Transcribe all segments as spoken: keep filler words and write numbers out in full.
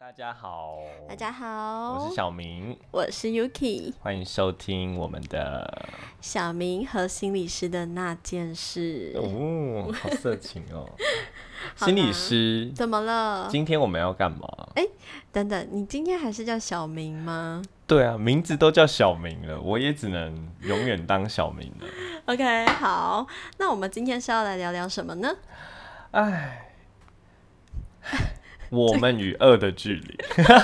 大家好， 大家好， 我是小明， 我是 Yuki， 欢迎收听我们的小明和心理师的那件事。 哦，好色情哦！心理师怎么了？ 今天我们要干嘛？ 哎，等等，你今天还是叫小明吗？ 对啊，名字都叫小明了，我也只能永远当小明了。 OK， 好，那我们今天是要来聊聊什么呢？ 哎，我们与恶的距离。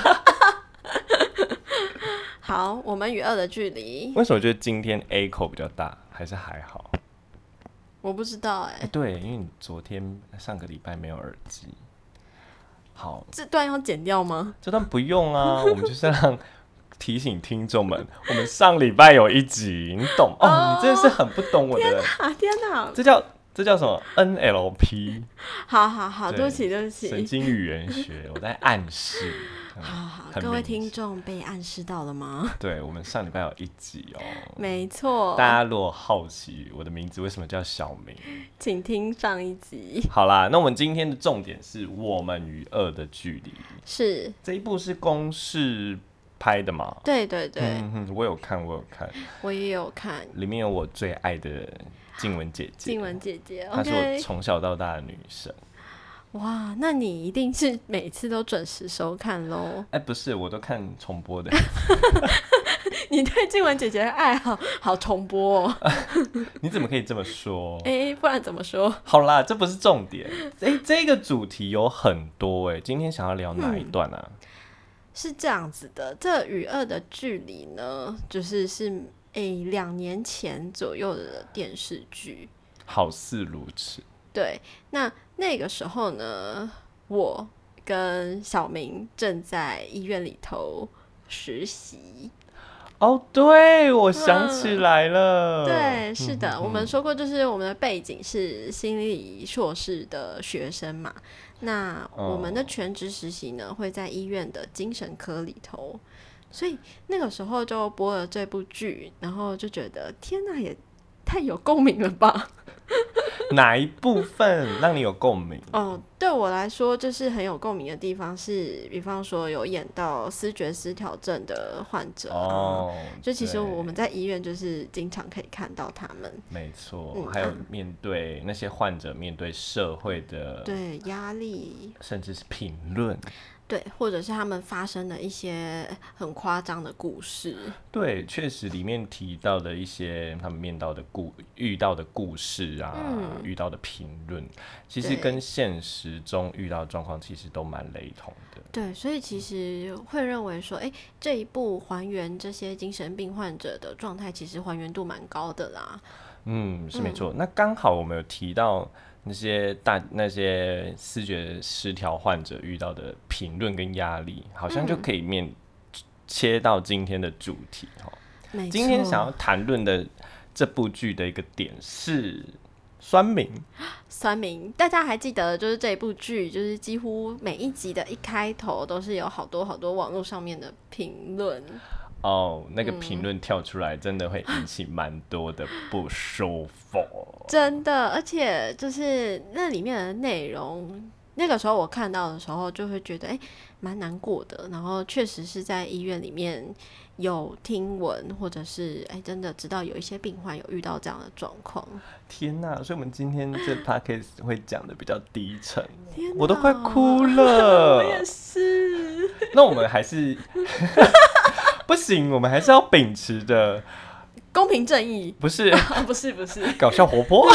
好，我们与恶的距离。 为什么我觉得今天 A 口比较大，还是还好？ 我不知道哎、 欸。对，因为你昨天上个礼拜没有耳机。好， 这段要剪掉吗？ 这段不用啊，我们就是让提醒听众们，我们上礼拜有一集，你懂哦？ oh, 你真的是很不懂我的。 天哪，天哪！ 这叫这叫什么 N L P？ 好好好，对不起对不起， 神经语言学，我在暗示。 好好，各位听众被暗示到了吗？ 对，我们上礼拜有一集哦。 没错。 大家如果好奇我的名字为什么叫小明， 请听上一集。 好啦，那我们今天的重点是我们与恶的距离。 是这一部是公视拍的嘛？ 对对对， 嗯哼，我有看，我有看， 我也有看， 里面有我最爱的静雯姐姐。 静雯姐姐， 她是我从小到大的女神。 哇，那你一定是每次都准时收看咯。 哎、欸，不是，我都看重播的。 你对静雯姐姐的爱好好重播哦。 你怎么可以这么说？ 哎、欸，不然怎么说？ 好啦，这不是重点。哎、欸，这个主题有很多哎、欸，今天想要聊哪一段啊？嗯、 是这样子的，这与恶的距离呢，就是是哎两、欸、年前左右的电视剧。 好似如此。 对，那那个时候呢，我跟小明正在医院里头实习。 哦，对，我想起来了。 嗯、对，是的、嗯，我们说过，就是我们的背景是心理硕士的学生嘛。那我们的全职实习呢，会在医院的精神科里头，所以那个时候就播了这部剧，然后就觉得天哪，也太有共鸣了吧。 哪一部分让你有共鸣？ 哦，对我来说，就是很有共鸣的地方是，比方说有演到思觉失调症的患者、啊，哦，就其实我们在医院就是经常可以看到他们。 没错、嗯，还有面对那些患者面对社会的对压力， 甚至是评论。 对，或者是他们发生的一些很夸张的故事。 对，确实里面提到的一些他们面到的故遇到的故事啊，嗯、遇到的评论，其实跟现实中遇到的状况其实都蛮雷同的。 对，所以其实会认为说，哎，这一部还原这些精神病患者的状态，其实还原度蛮高的啦。 嗯，是没错。嗯、那刚好我们有提到。那些大那些思觉失调患者遇到的评论跟压力，好像就可以面、嗯、切到今天的主题哈。今天想要谈论的这部剧的一个点是酸民。 酸民，大家还记得就是这一部剧，就是几乎每一集的一开头都是有好多好多网络上面的评论。 哦，那个评论跳出来，真的会引起蛮多的不舒服。 真的，而且就是那里面的内容，那个时候我看到的时候，就会觉得哎，蛮难过的。然后确实是在医院里面有听闻，或者是哎，真的知道有一些病患有遇到这样的状况。 天哪！所以我们今天这 podcast 会讲的比较低沉，我都快哭了。 我也是。 那我们还是。不行，我们还是要秉持着公平正义， 不是、 啊、不是不是搞笑活泼，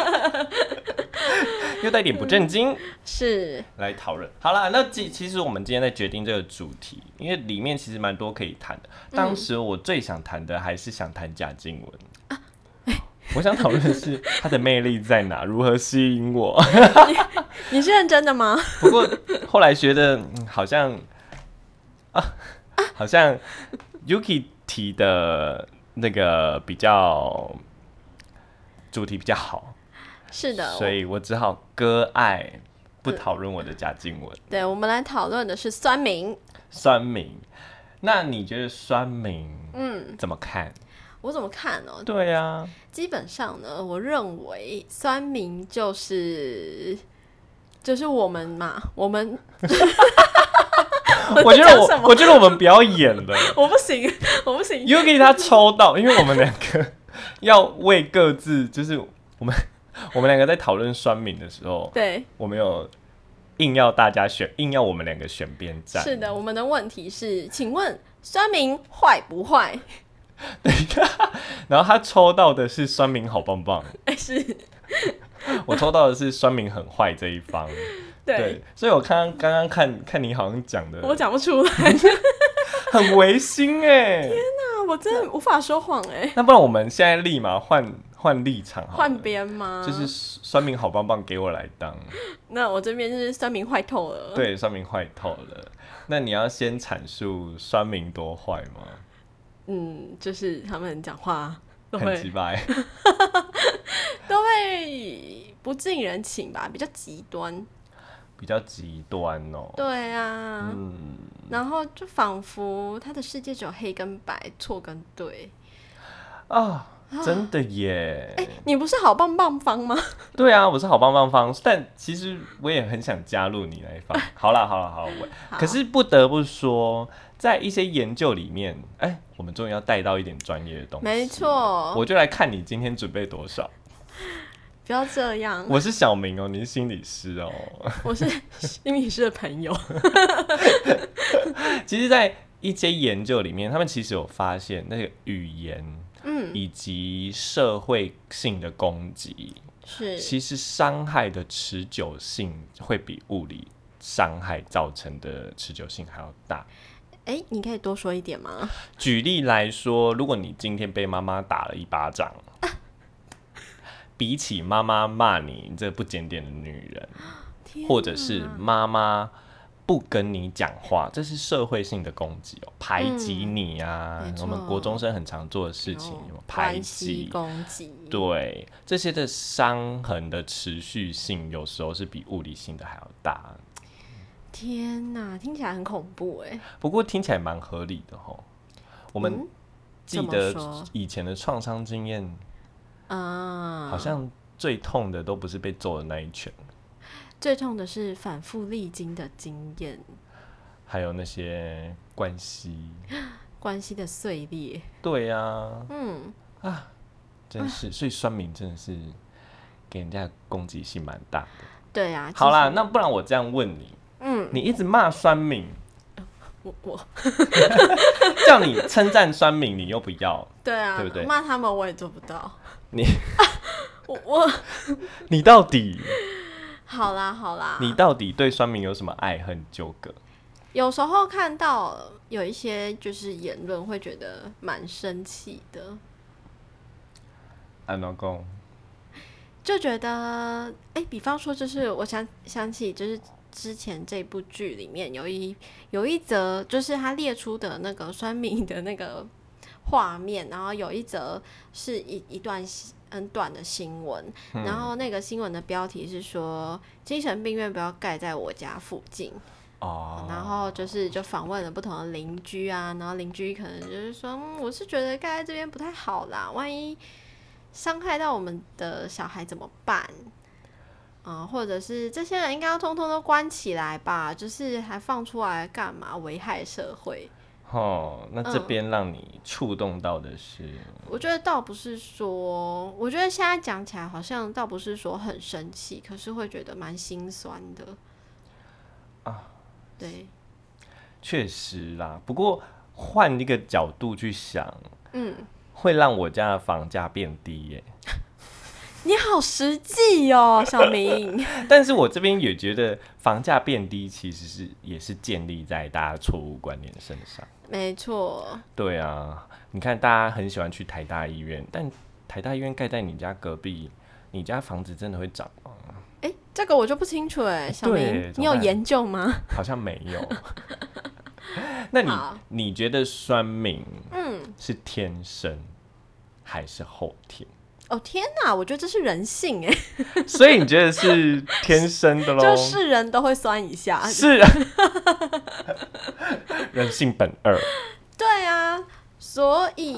又带点不正经，嗯、 是来讨论。好啦，那其实我们今天在决定这个主题，因为里面其实蛮多可以谈的。当时我最想谈的还是想谈贾静雯、嗯啊，我想讨论的是她的魅力在哪，如何吸引我。 你, 你是认真的吗？ 不过后来觉得、嗯、好像啊。好像 Yuki 提的那个比较主题比较好， 是的， 所以我只好割爱，不讨论我的贾静雯。 对，我们来讨论的是酸民。 酸民，那你觉得酸民嗯怎么看？ 我怎么看呢、哦？ 对啊， 基本上呢，我认为酸民就是就是我们嘛，我们。 我觉得我我觉得我们不要演了， 我不行，我不行。 Yuki 他抽到，因为我们两个要为各自，就是我们我们两个在讨论酸民的时候， 对， 我们有硬要大家选，硬要我们两个选边站。 是的，我们的问题是，请问酸民坏不坏？ 对，然后他抽到的是酸民好棒棒， 哎、欸、是， 我抽到的是酸民很坏这一方。对, 对，所以我刚刚刚刚看看你好像讲的， 我讲不出来， 很违心哎！ 天哪，我真的无法说谎哎。 那不然我们现在立马换换立场好了， 换边吗？ 就是酸民好棒棒给我来当。 那我这边就是酸民坏透了。 对，酸民坏透了。那你要先阐述酸民多坏吗？ 嗯，就是他们讲话都会很直白， 都会不近人情吧，比较极端。 比较极端哦。 对啊， 嗯， 然后就仿佛他的世界只有黑跟白，错跟对啊，真的耶！ 哎、欸，你不是好棒棒方吗？ 对啊，我是好棒棒方，但其实我也很想加入你那一方。好啦，好啦，好啦，我可是不得不说，在一些研究里面，哎、欸，我们终于要带到一点专业的东西。 没错， 我就来看你今天准备多少。 不要这样， 我是小明哦，你是心理师哦， 我是心理师的朋友。 其实，在一些研究里面，他们其实有发现，那个语言，嗯，以及社会性的攻击， 是其实伤害的持久性会比物理伤害造成的持久性还要大。 哎、欸，你可以多说一点吗？ 举例来说，如果你今天被妈妈打了一巴掌。啊，比起妈妈骂你这不检点的女人，或者是妈妈不跟你讲话，这是社会性的攻击哦，排挤你啊、嗯！我们国中生很常做的事情，有排挤、 攻击， 对这些的伤痕的持续性，有时候是比物理性的还要大。 天哪，听起来很恐怖哎！ 不过听起来蛮合理的吼。我们记得以前的创伤经验。啊，好像最痛的都不是被揍的那一拳， 最痛的是反复历经的经验， 还有那些关系， 关系的碎裂。 对啊，嗯啊，真是，所以酸民真的是给人家攻击性蛮大的。 对啊， 好啦，那不然我这样问你，嗯，你一直骂酸民。 我我叫你称赞酸民，你又不要， 对啊， 对不对？ 骂他们我也做不到。 你， 我我， 你到底？ 好啦好啦， 你到底对酸民有什么爱恨纠葛？ 有时候看到有一些就是言论，会觉得蛮生气的。 安怎讲？ 就觉得，哎、欸，比方说，就是我想想起，就是之前这部剧里面有一有一则，就是他列出的那个酸民的那个画面，然后有一则是一一段很短的新闻、嗯，然后那个新闻的标题是说精神病院不要盖在我家附近。哦，然后就是就访问了不同的邻居啊，然后邻居可能就是说，嗯，我是觉得盖在这边不太好啦，万一伤害到我们的小孩怎么办？嗯，或者是这些人应该要通通都关起来吧？就是还放出来干嘛？危害社会。 哦，那这边让你触动到的是、嗯？ 我觉得倒不是说，我觉得现在讲起来好像倒不是说很生气，可是会觉得蛮心酸的。啊，对， 确实啦。不过换一个角度去想， 嗯， 会让我家的房价变低耶。 你好实际哦，小明。 但是我这边也觉得房价变低，其实是也是建立在大家错误观念身上。 没错。 对啊，你看大家很喜欢去台大医院，但台大医院盖在你家隔壁，你家房子真的会涨吗？ 哎、欸，这个我就不清楚哎，小明，你有研究吗？ 好像没有。那你你觉得酸民嗯是天生还是后天？ 哦天哪，我觉得这是人性哎， 所以你觉得是天生的咯？ 就是人都会酸一下， 是啊，人性本恶。 对啊，所以呢，我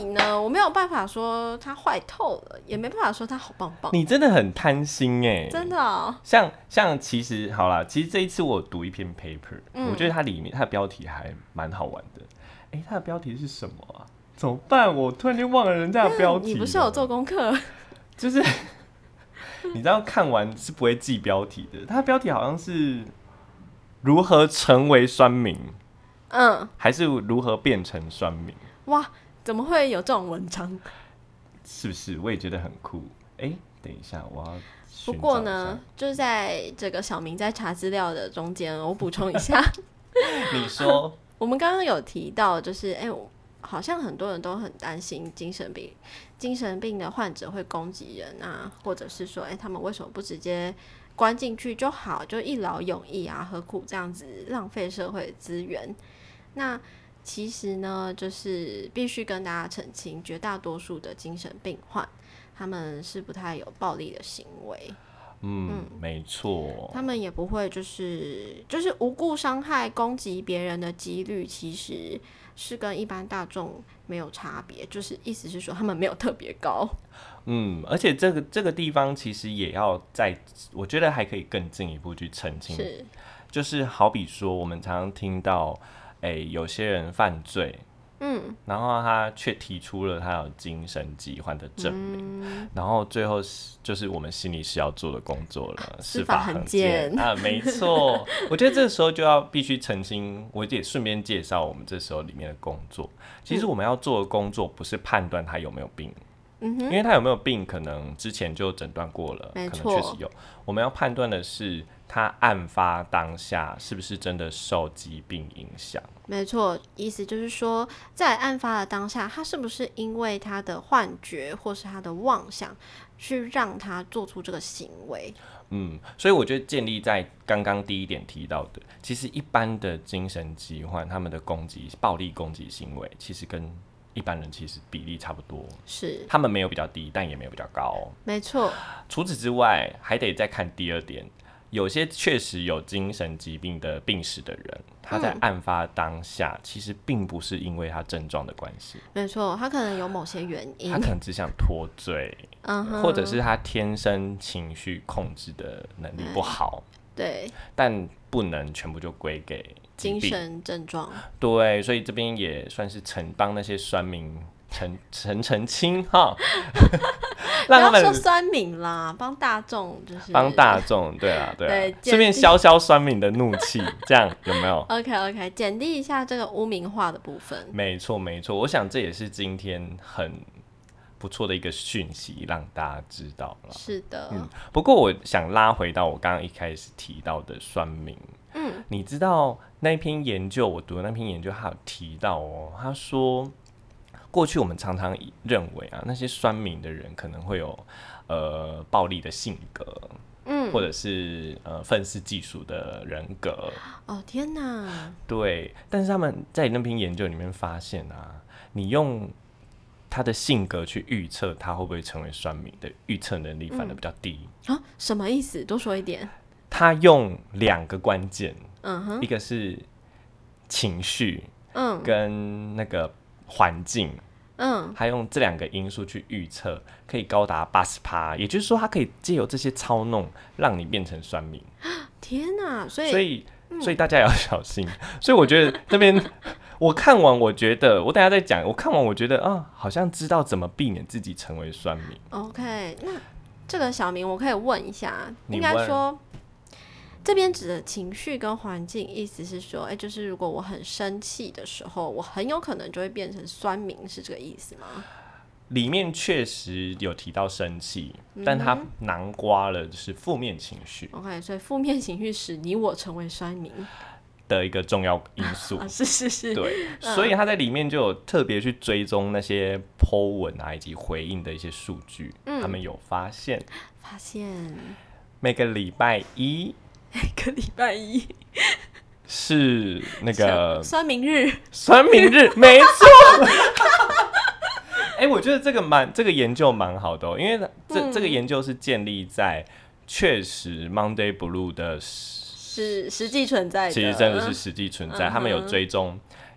我没有办法说它坏透了，也没办法说它好棒棒。 你真的很贪心哎， 真的哦。 像像其实好啦，其实这一次我有读一篇 paper，、嗯、我觉得它里面它的标题还蛮好玩的。哎、欸，它的标题是什么啊？怎么办？我突然间忘了人家的标题、嗯。 你不是有做功课？ 就是你知道看完是不会记标题的。它的标题好像是如何成为酸民，嗯，还是如何变成酸民？ 哇，怎么会有这种文章？ 是不是？我也觉得很酷。哎、欸，等一下，我要。 不过呢，就是在这个小明在查资料的中间，我补充一下。 你说， 我们刚刚有提到，就是哎、欸，好像很多人都很担心精神病、精神病的患者会攻击人啊，或者是说，哎、欸，他们为什么不直接关进去就好，就一劳永逸啊？何苦这样子浪费社会资源？那其实呢，就是必须跟大家澄清，绝大多数的精神病患，他们是不太有暴力的行为。 嗯，嗯没错。 他们也不会就是就是无故伤害、攻击别人的几率，其实是跟一般大众没有差别。就是意思是说，他们没有特别高。 嗯，而且这个这个地方其实也要再，我觉得还可以更进一步去澄清。 是， 就是好比说，我们常常听到，哎、欸，有些人犯罪。嗯，然后他却提出了他有精神疾患的证明、嗯，然后最后就是我们心理师要做的工作了，司法衡鉴啊，没错。我觉得这时候就要必须澄清，我也顺便介绍我们这时候里面的工作。其实我们要做的工作不是判断他有没有病，嗯、因为他有没有病，可能之前就诊断过了，可能确实有。我们要判断的是他案发当下是不是真的受疾病影响。 没错，意思就是说，在案发的当下，他是不是因为他的幻觉或是他的妄想，去让他做出这个行为？ 嗯，所以我觉得建立在刚刚第一点提到的，其实一般的精神疾患，他们的攻击、暴力攻击行为，其实跟一般人其实比例差不多， 是他们没有比较低，但也没有比较高。 没错。 除此之外，还得再看第二点。有些确实有精神疾病的病史的人，他在案发当下、嗯、其实并不是因为他症状的关系， 没错，他可能有某些原因， 他可能只想脱罪、嗯、或者是他天生情绪控制的能力不好， 对， 但不能全部就归给精神症状。 对，所以这边也算是承帮那些酸民澄澄澄清哈。 不要说酸民啦，帮大众就是帮大众，对啊，对啊，顺便消消酸民的怒气，这样有没有 ？OK OK， 减低一下这个污名化的部分。 没错没错，我想这也是今天很不错的一个讯息，让大家知道了。 是的， 嗯。不过我想拉回到我刚刚一开始提到的酸民，嗯，你知道那篇研究，我读的那篇研究，他有提到哦，他说。过去我们常常认为啊，那些酸民的人可能会有呃暴力的性格，嗯，或者是呃愤世嫉俗的人格。 哦天哪！ 对，但是他们在那篇研究里面发现啊，你用他的性格去预测他会不会成为酸民的预测能力反而比较低。 嗯、啊？什么意思？多说一点。 他用两个关键， 嗯哼， 一个是情绪，嗯，跟那个。环境，嗯，他用这两个因素去预测，可以高达八十趴，也就是说，他可以借由这些操弄，让你变成酸民。 天哪！所以， 所以，嗯、所以大家也要小心。所以我觉得这边我看完，我觉得我等一下再讲。我看完，我觉得啊，好像知道怎么避免自己成为酸民。 OK， 那这个小明，我可以问一下，应该说。这边指的情绪跟环境，意思是说，哎、欸，就是如果我很生气的时候，我很有可能就会变成酸民，是这个意思吗？ 里面确实有提到生气、嗯，但它囊括了就是负面情绪。 OK， 所以负面情绪使你我成为酸民的一个重要因素。 啊、是是是， 对、嗯，所以他在里面就有特别去追踪那些 po 文啊以及回应的一些数据、嗯，他们有发现， 发现每个礼拜一。 每个礼拜一是那个酸民日， 酸民日，没错。哎、欸，我觉得这个蛮这个研究蛮好的、哦，因为这、嗯、这个研究是建立在确实 Monday Blue 的是实际存在的， 其实真的是实际存在、嗯。他们有追踪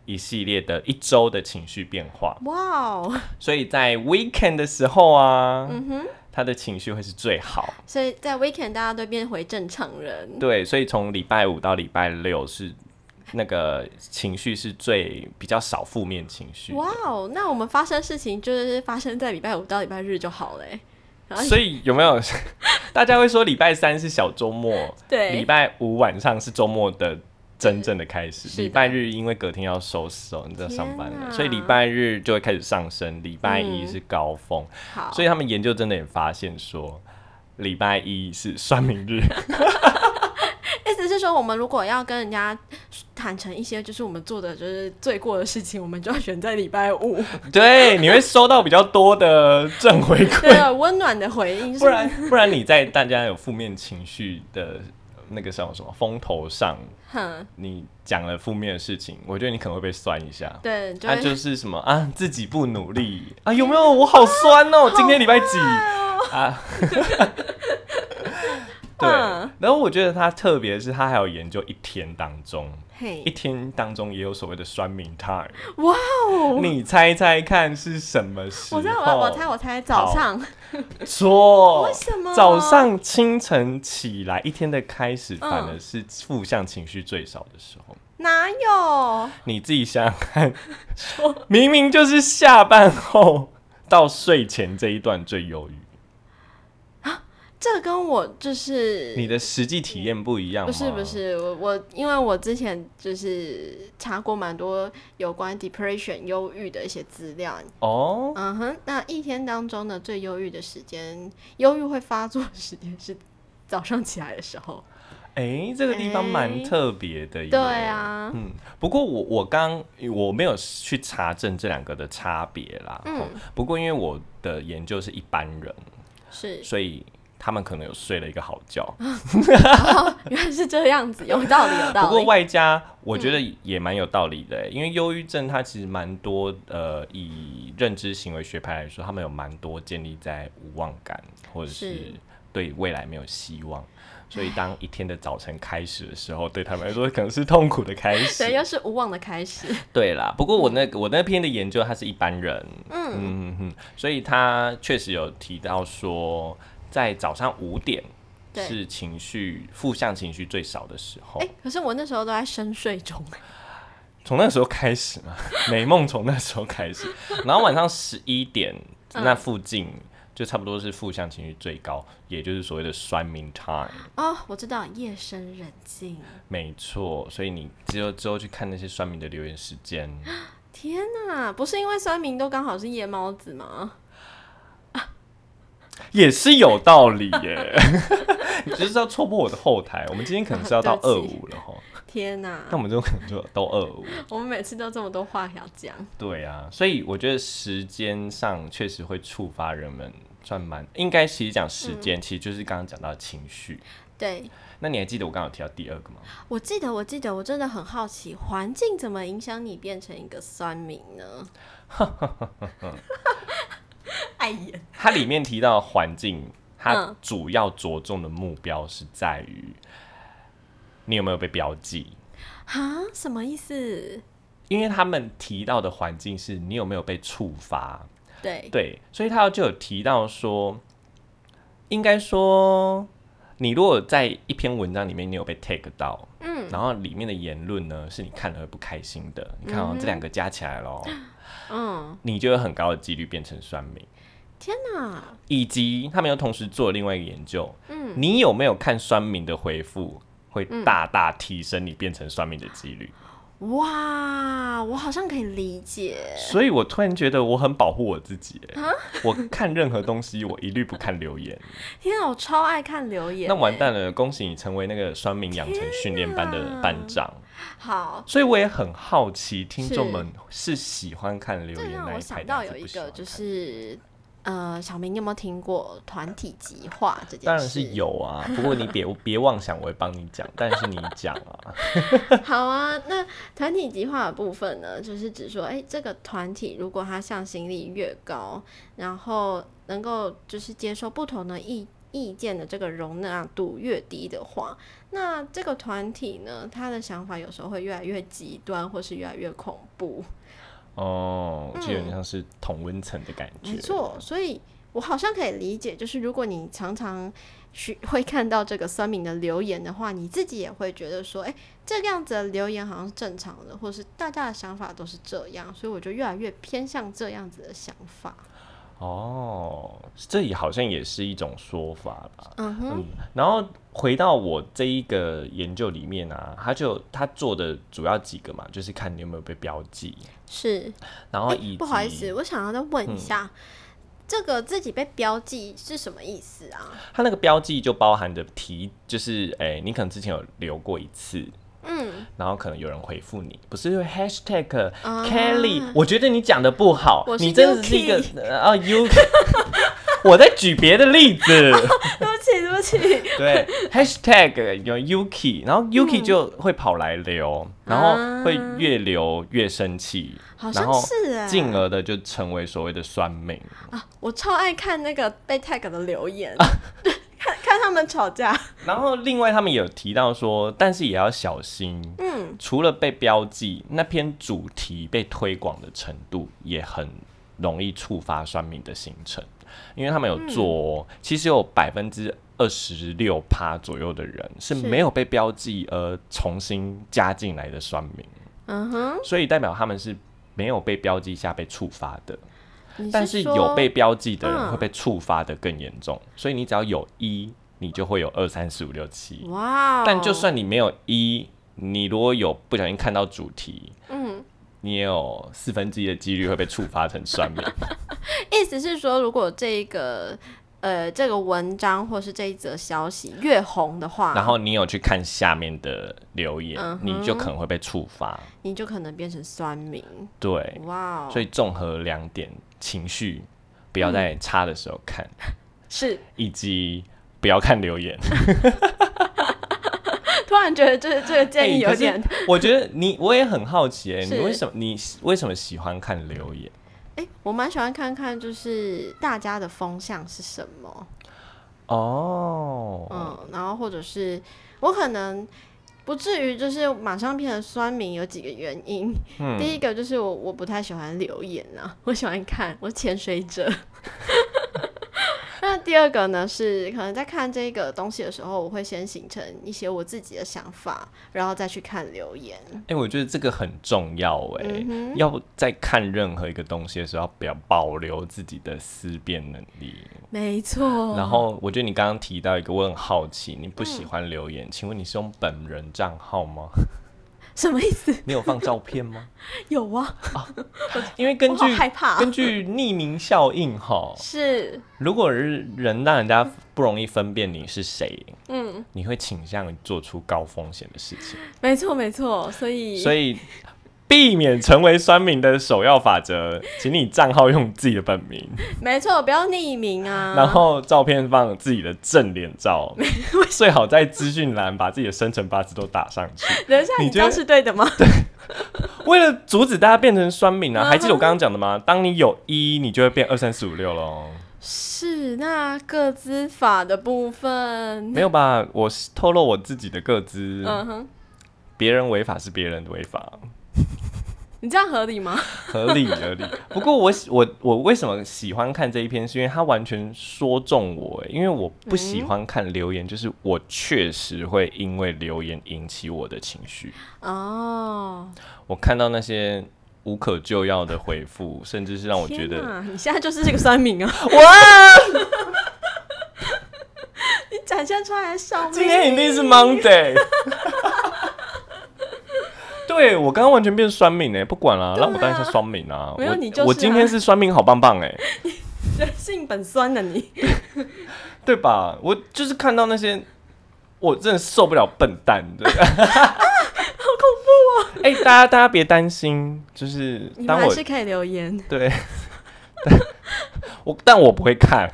一系列的一周的情绪变化。 哇哦！ 所以在 weekend 的时候啊， 嗯哼， 他的情绪会是最好。 所以在 weekend 大家都变回正常人。 对，所以从礼拜五到礼拜六是那个情绪是最比较少负面情绪。 哇哦！那我们发生事情就是发生在礼拜五到礼拜日就好了。 所以有没有大家会说礼拜三是小周末， 对， 礼拜五晚上是周末的真正的开始，礼拜日因为隔天要收手，你知道上班了，所以礼拜日就会开始上升，礼拜一是高峰、嗯、所以他们研究真的也发现说礼拜一是酸民日意思是说我们如果要跟人家坦诚一些就是我们做的就是罪过的事情，我们就要选在礼拜五。 对，你会收到比较多的正回馈， 对，温暖的回应。 不然不然你在大家有负面情绪的那个什么什么风头上，你讲了负面的事情，我觉得你可能会被酸一下。 对， 就, 啊、就是什么啊，自己不努力啊，有没有？我好酸哦，今天礼拜几、哦、啊？对，然后我觉得他特别是他还有研究一天当中，一天当中也有所谓的酸民 time。哇哦！你猜猜看是什么时候？ 我猜，我猜，我猜早上。 错。 为什么？ 早上清晨起来，一天的开始反而是负向情绪最少的时候。 哪有？ 你自己想想看，明明就是下班后到睡前这一段最忧郁。 这跟我就是你的实际体验不一样吗？ 不是不是，我我因为我之前就是查过蛮多有关 depression 忧郁的一些资料哦，嗯哼，那一天当中呢最忧郁的时间，忧郁会发作的时间是早上起来的时候。 哎、欸，这个地方蛮特别的耶。 对啊， 嗯，不过我我刚我没有去查证这两个的差别啦。嗯，不过因为我的研究是一般人， 是， 所以他们可能有睡了一个好觉。 哦，原来是这样子，有道理，有道理。 不过外加我觉得也蛮有道理的、欸，因为忧郁症它其实蛮多，呃，以认知行为学派来说，他们有蛮多建立在无望感或者是对未来没有希望。所以当一天的早晨开始的时候，对他们来说可能是痛苦的开始， 对，又是无望的开始。 对啦，不过我那我那篇的研究，他是一般人，嗯嗯嗯，所以他确实有提到说，在早上五点是情绪负向情绪最少的时候。哎、 欸，可是我那时候都在深睡中。 从那时候开始嘛，美梦从那时候开始，然后晚上十一点那附近。嗯，就差不多是负向情绪最高，也就是所谓的酸民 time。 哦，我知道，夜深人静。没错，所以你只有之后去看那些酸民的留言时间。 天哪，不是因为酸民都刚好是夜猫子吗？ 也是有道理耶。你就是要戳破我的后台，我们今天可能是要到二五了齁。 天哪， 那我们就可能就都二五。 我们每次都这么多话要讲。 对啊，所以我觉得时间上确实会触发人们，算蛮应该。其实讲时间、嗯，其实就是刚刚讲到的情绪。对。那你还记得我刚刚有提到第二个吗？ 我记得，我记得，我真的很好奇，环境怎么影响你变成一个酸民呢？碍眼。它里面提到环境，它主要着重的目标是在于。你有没有被标记？ 哈，什么意思？ 因为他们提到的环境是你有没有被触发， 对对，所以他就有提到说，应该说，你如果在一篇文章里面你有被 take 到，嗯，然后里面的言论呢是你看了会不开心的，你看哦、喔嗯，这两个加起来咯，嗯，你就有很高的几率变成酸民。 天哪！ 以及他们又同时做了另外一个研究，嗯，你有没有看酸民的回复？会大大提升你变成酸民的几率、 嗯。哇，我好像可以理解。 所以我突然觉得我很保护我自己。我看任何东西，我一律不看留言。 天啊，我超爱看留言。 那完蛋了，恭喜你成为那个酸民养成训练班的班长。 好， 所以我也很好奇，听众们是喜欢看留言那一派的， 这让我想到有一个就是。呃，小明，你有没有听过团体极化这件事？ 当然是有啊，不过你别别妄想我会帮你讲，但是你讲啊。 好啊，那团体极化的部分呢，就是指说，哎、欸，这个团体如果它向心力越高，然后能够就是接受不同的意意见的这个容纳度越低的话，那这个团体呢，他的想法有时候会越来越极端，或是越来越恐怖。 哦，就有点像是同温层的感觉。 没错，所以我好像可以理解，就是如果你常常会看到这个酸民的留言的话，你自己也会觉得说，哎、欸，这个样子的留言好像是正常的，或是大家的想法都是这样，所以我就越来越偏向这样子的想法。 哦，这也好像也是一种说法啦。 嗯哼，嗯， 然后回到我这一个研究里面啊，他就他做的主要几个嘛，就是看你有没有被标记。 是， 然后以及、欸、 不好意思，我想要再问一下。嗯，这个自己被标记是什么意思啊？它那个标记就包含着提，就是哎、欸，你可能之前有留过一次，嗯，然后可能有人回复你，不是因为 hashtag、啊、Kelly， 我觉得你讲的不好，你真的是一个啊 Yuki， 我在举别的例子，哦、 对不起对不起， 对 hashtag 有 Yuki， 然后 Yuki 就会跑来留，嗯、然后会越留越生气。 好像是哎， 进而的就成为所谓的酸民啊！我超爱看那个被 tag 的留言，看看他们吵架。 然后另外他们有提到说，但是也要小心，嗯，除了被标记，那篇主题被推广的程度也很容易触发酸民的形成，因为他们有做、哦嗯，其实有百分之二十六趴左右的人是没有被标记而重新加进来的酸民，嗯哼，所以代表他们是没有被标记下被触发的，是但是有被标记的人会被触发的更严重、嗯，所以你只要有一，你就会有二三四五六七。哇！但就算你没有一，你如果有不小心看到主题，嗯，你也有四分之一的几率会被触发成酸民。 意思是说，如果这个呃这个文章或是这一则消息越红的话， 然后你有去看下面的留言，嗯、你就可能会被触发， 你就可能变成酸民。 对，哇、wow ！所以综合两点，情绪不要在差的时候看，嗯、 是， 以及不要看留言。 突然觉得这这个建议有点、欸， 我觉得你我也很好奇、欸，你为什么你为什么喜欢看留言？ 欸、我蛮喜欢看看，就是大家的风向是什么哦， 嗯，然后或者是我可能不至于就是马上变成酸民，有几个原因。嗯、第一个就是我我不太喜欢留言啊，我喜欢看，我潜水者。那第二个呢，是可能在看这个东西的时候，我会先形成一些我自己的想法，然后再去看留言。 哎、欸，我觉得这个很重要哎、欸嗯，要在看任何一个东西的时候，要保留自己的思辨能力。 没错。 然后我觉得你刚刚提到一个，我很好奇，你不喜欢留言，嗯、请问你是用本人账号吗？ 什么意思？ 你有放照片吗？ 有啊，啊因为根据害怕根据匿名效应哈， 是如果是人让人家不容易分辨你是谁，嗯，你会倾向做出高风险的事情。 没错没错，所以所以避免成为酸民的首要法则，请你账号用自己的本名。 没错，不要匿名啊。 然后照片放自己的正脸照，最好在资讯栏把自己的生辰八字都打上去。 等一下，你这样是对的吗？ 对，为了阻止大家变成酸民啊，还记得我刚刚讲的吗？当你有一，你就会变二三四五六咯。 是，那个资法的部分没有吧？我透露我自己的个资，嗯哼，别人违法是别人的违法。 你这样合理吗？ 合理合理。不过我我我为什么喜欢看这一篇？是因为它完全说中我，因为我不喜欢看留言，嗯、就是我确实会因为留言引起我的情绪。哦，我看到那些无可救药的回复，甚至是让我觉得， 你现在就是这个酸民啊！ 哇！ 你展现出来的笑面， 今天一定是 Monday。对，我刚刚完全变酸民哎，不管啦、啊，让我当一下酸民啊！ 没有你就是、啊、 我今天是酸民，好棒棒哎！ 人性本酸的你， 对吧？我就是看到那些，我真的受不了笨蛋，对，啊、 好恐怖哦！ 哎、欸，大家大家别担心，就是当我你们还是可以留言， 对，我但我不会看。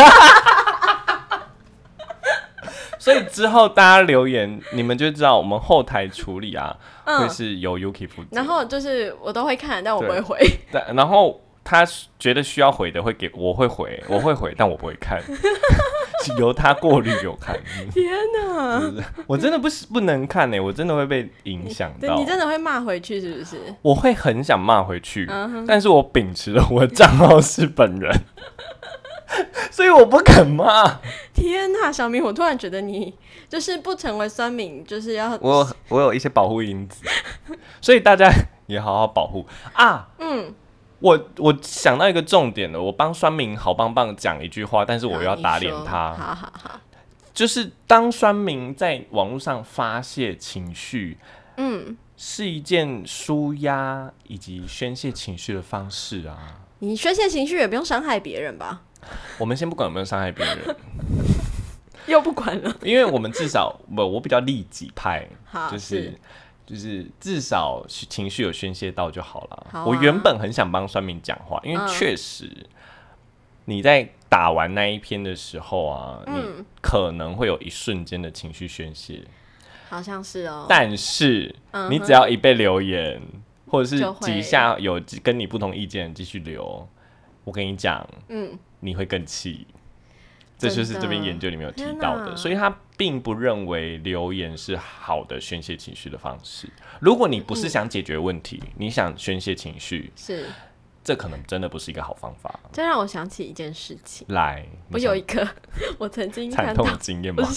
所以之后大家留言，你们就知道我们后台处理啊，嗯、会是由 Yuki 负责。 然后就是我都会看，但我不会回。 对，然后他觉得需要回的会给我会回，我会回，但我不会看。 由他过滤给我看。 天哪！ 是不是我真的不不能看呢、欸，我真的会被影响到。 你真的会骂回去是不是？ 我会很想骂回去， 嗯、 但是我秉持了我的账号是本人，所以我不敢骂。 天哪，小明，我突然觉得你就是不成为酸民，就是要我有我有一些保护因子，所以大家也好好保护啊。嗯。我我想到一个重点了，我帮酸民好棒棒讲一句话，但是我又要打脸他。 好好好， 就是当酸民在网络上发泄情绪，嗯，是一件抒压以及宣泄情绪的方式啊。 你宣泄情绪也不用伤害别人吧？ 我们先不管有没有伤害别人， 又不管了， 因为我们至少我我比较利己派， 好就是。是就是至少情绪有宣泄到就好了。 啊、 我原本很想帮酸民讲话，因为确实你在打完那一篇的时候啊，嗯、你可能会有一瞬间的情绪宣泄， 好像是哦。 但是、嗯、你只要一被留言，或者是底下有跟你不同意见继续留，我跟你讲，嗯，你会更气。这就是这边研究里面有提到的，所以他并不认为留言是好的宣泄情绪的方式。如果你不是想解决问题，嗯、你想宣泄情绪， 是这可能真的不是一个好方法。 这让我想起一件事情， 来， 我有一个我曾经看到惨痛经验吗？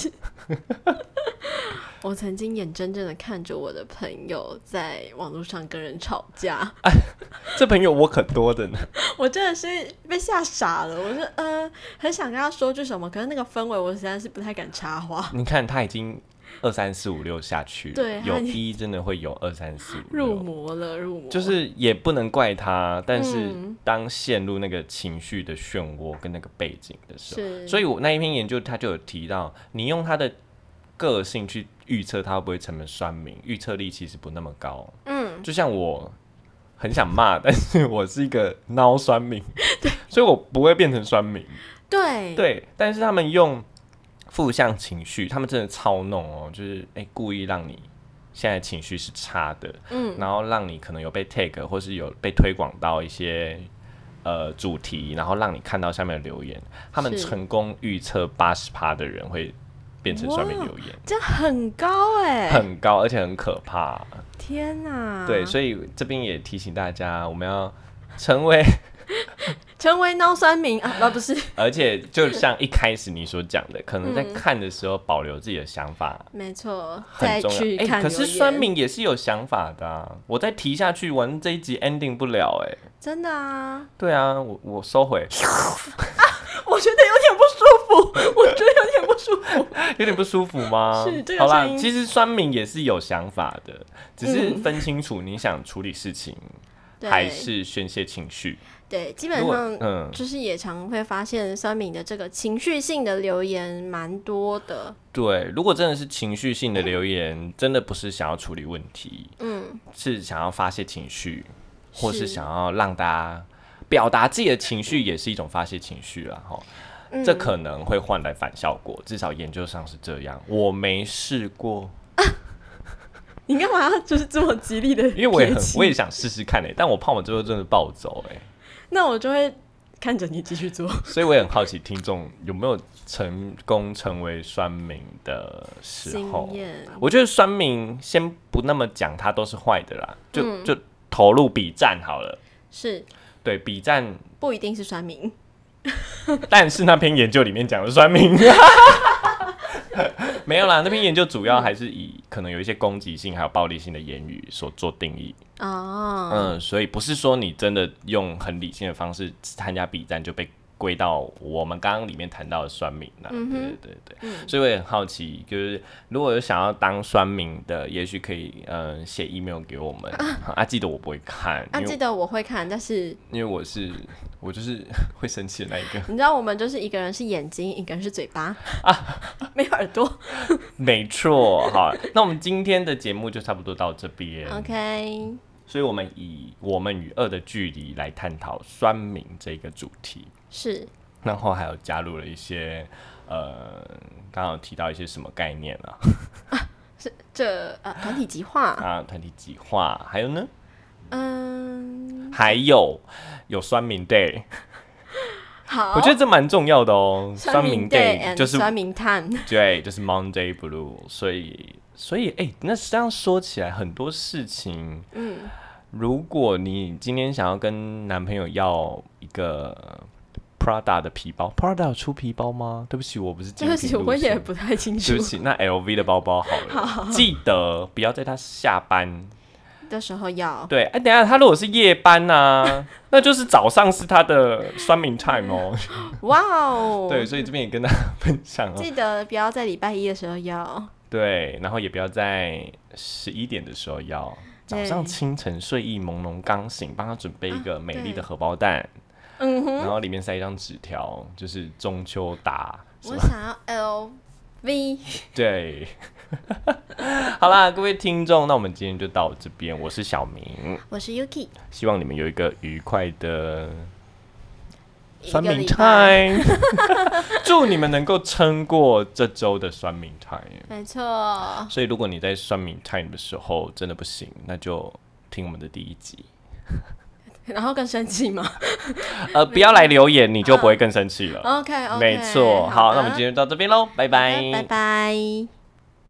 我曾经眼睁睁的看着我的朋友在网络上跟人吵架， 哎，这朋友我可多的呢。 我真的是被吓傻了，我就呃很想跟他说句什么，可是那个氛围我实在是不太敢插话。 你看他已经二三四五六下去， 对， 有一真的会有二三四五入魔了，入魔了， 就是也不能怪他，但是当陷入那个情绪的漩涡跟那个背景的时候，所以我那一篇研究他就有提到，你用他的个性去预测他会不会成为酸民，预测力其实不那么高。嗯，就像我很想骂，但是我是一个孬酸民，所以我不会变成酸民。 对对，但是他们用负向情绪，他们真的操弄哦，就是哎、欸、故意让你现在情绪是差的，嗯，然后让你可能有被 tag 或是有被推广到一些呃主题，然后让你看到下面的留言，他们成功预测八十趴的人会变成酸民留言， 这很高哎、欸， 很高，而且很可怕。 天哪！ 对，所以这边也提醒大家，我们要成为成为孬酸民啊，不是。 而且就像一开始你所讲的，可能在看的时候保留自己的想法， 没错， 很重要。 再去看、欸。 可是酸民也是有想法的啊，我再提下去，玩这一集 ending 不了哎、欸。 真的啊？ 对啊，我我收回。 我觉得有点不舒服，我觉得有点不舒服， 有点不舒服吗？ 是这个好啦，其实酸民也是有想法的，只是分清楚你想处理事情、嗯、还是宣泄情绪。 对，基本上嗯，就是也常会发现酸民的这个情绪性的留言蛮多的。 对，如果真的是情绪性的留言，真的不是想要处理问题，嗯，是想要发泄情绪，或是想要让大家表达自己的情绪，也是一种发泄情绪啦，齁。嗯、这可能会换来反效果，至少研究上是这样。我没试过。啊、 你干嘛就是这么极力的？ 因为我也很，我也想试试看诶、欸，但我怕我最后真的暴走诶、欸。 那我就会看着你继续做。所以我也很好奇，听众有没有成功成为酸民的时候？我觉得酸民先不那么讲，他都是坏的啦，就、嗯、就投入笔战好了。 是， 对，笔战不一定是酸民， 但是那篇研究里面讲的酸民。没有啦，那篇研究主要还是以可能有一些攻击性还有暴力性的言语所做定义哦，嗯，所以不是说你真的用很理性的方式参加比战就被归到我们刚刚里面谈到的酸民啦，嗯、对对对对、嗯，所以我也很好奇，就是如果有想要当酸民的，也许可以嗯写 email 给我们啊, 啊，记得我不会看， 啊，记得我会看，但是因为我是我就是会生气的那一个， 你知道我们就是一个人是眼睛，一个人是嘴巴啊，没有耳朵， 没错，好，那我们今天的节目就差不多到这边 ，OK。 所以我们以我们与恶的距离来探讨酸民这个主题， 是， 然后还有加入了一些呃，刚刚有提到一些什么概念啊？ 啊是这呃团体极化啊，团体极化，还有呢？ 嗯， 还有有酸民 day， 好， 我觉得这蛮重要的哦。酸民 day 就是酸民 time， 对，就是 Monday Blue。所以，所以，哎、欸，那这样说起来，很多事情，嗯，如果你今天想要跟男朋友要一个 Prada 的皮包 ，Prada 有出皮包吗？对不起，我不是精品路线， 对不起，我也不太清楚。 对不起，那 L V 的包包好了，好记得不要在他下班的时候要。 对，哎、啊，等一下他如果是夜班啊，那就是早上是他的酸民 time 哦。 哇哦！ 对，所以这边也跟大家分享哦， 记得不要在礼拜一的时候要。对， 然后也不要在十一点的时候要，早上清晨睡意朦胧刚醒，帮他准备一个美丽的荷包蛋。嗯哼，然后里面塞一张纸条，就是中秋打。 我想要 L V。对， 好啦，各位听众，那我们今天就到这边。我是小明， 我是 Yuki， 希望你们有一个愉快的酸民 time， 祝你们能够撑过这周的酸民 time。 没错。所以如果你在酸民 time 的时候真的不行，那就听我们的第一集。 然后更生气吗？ 呃，不要来留言，你就不会更生气了。 OK OK， 没错。好，那我们今天就到这边喽，拜拜， 拜拜。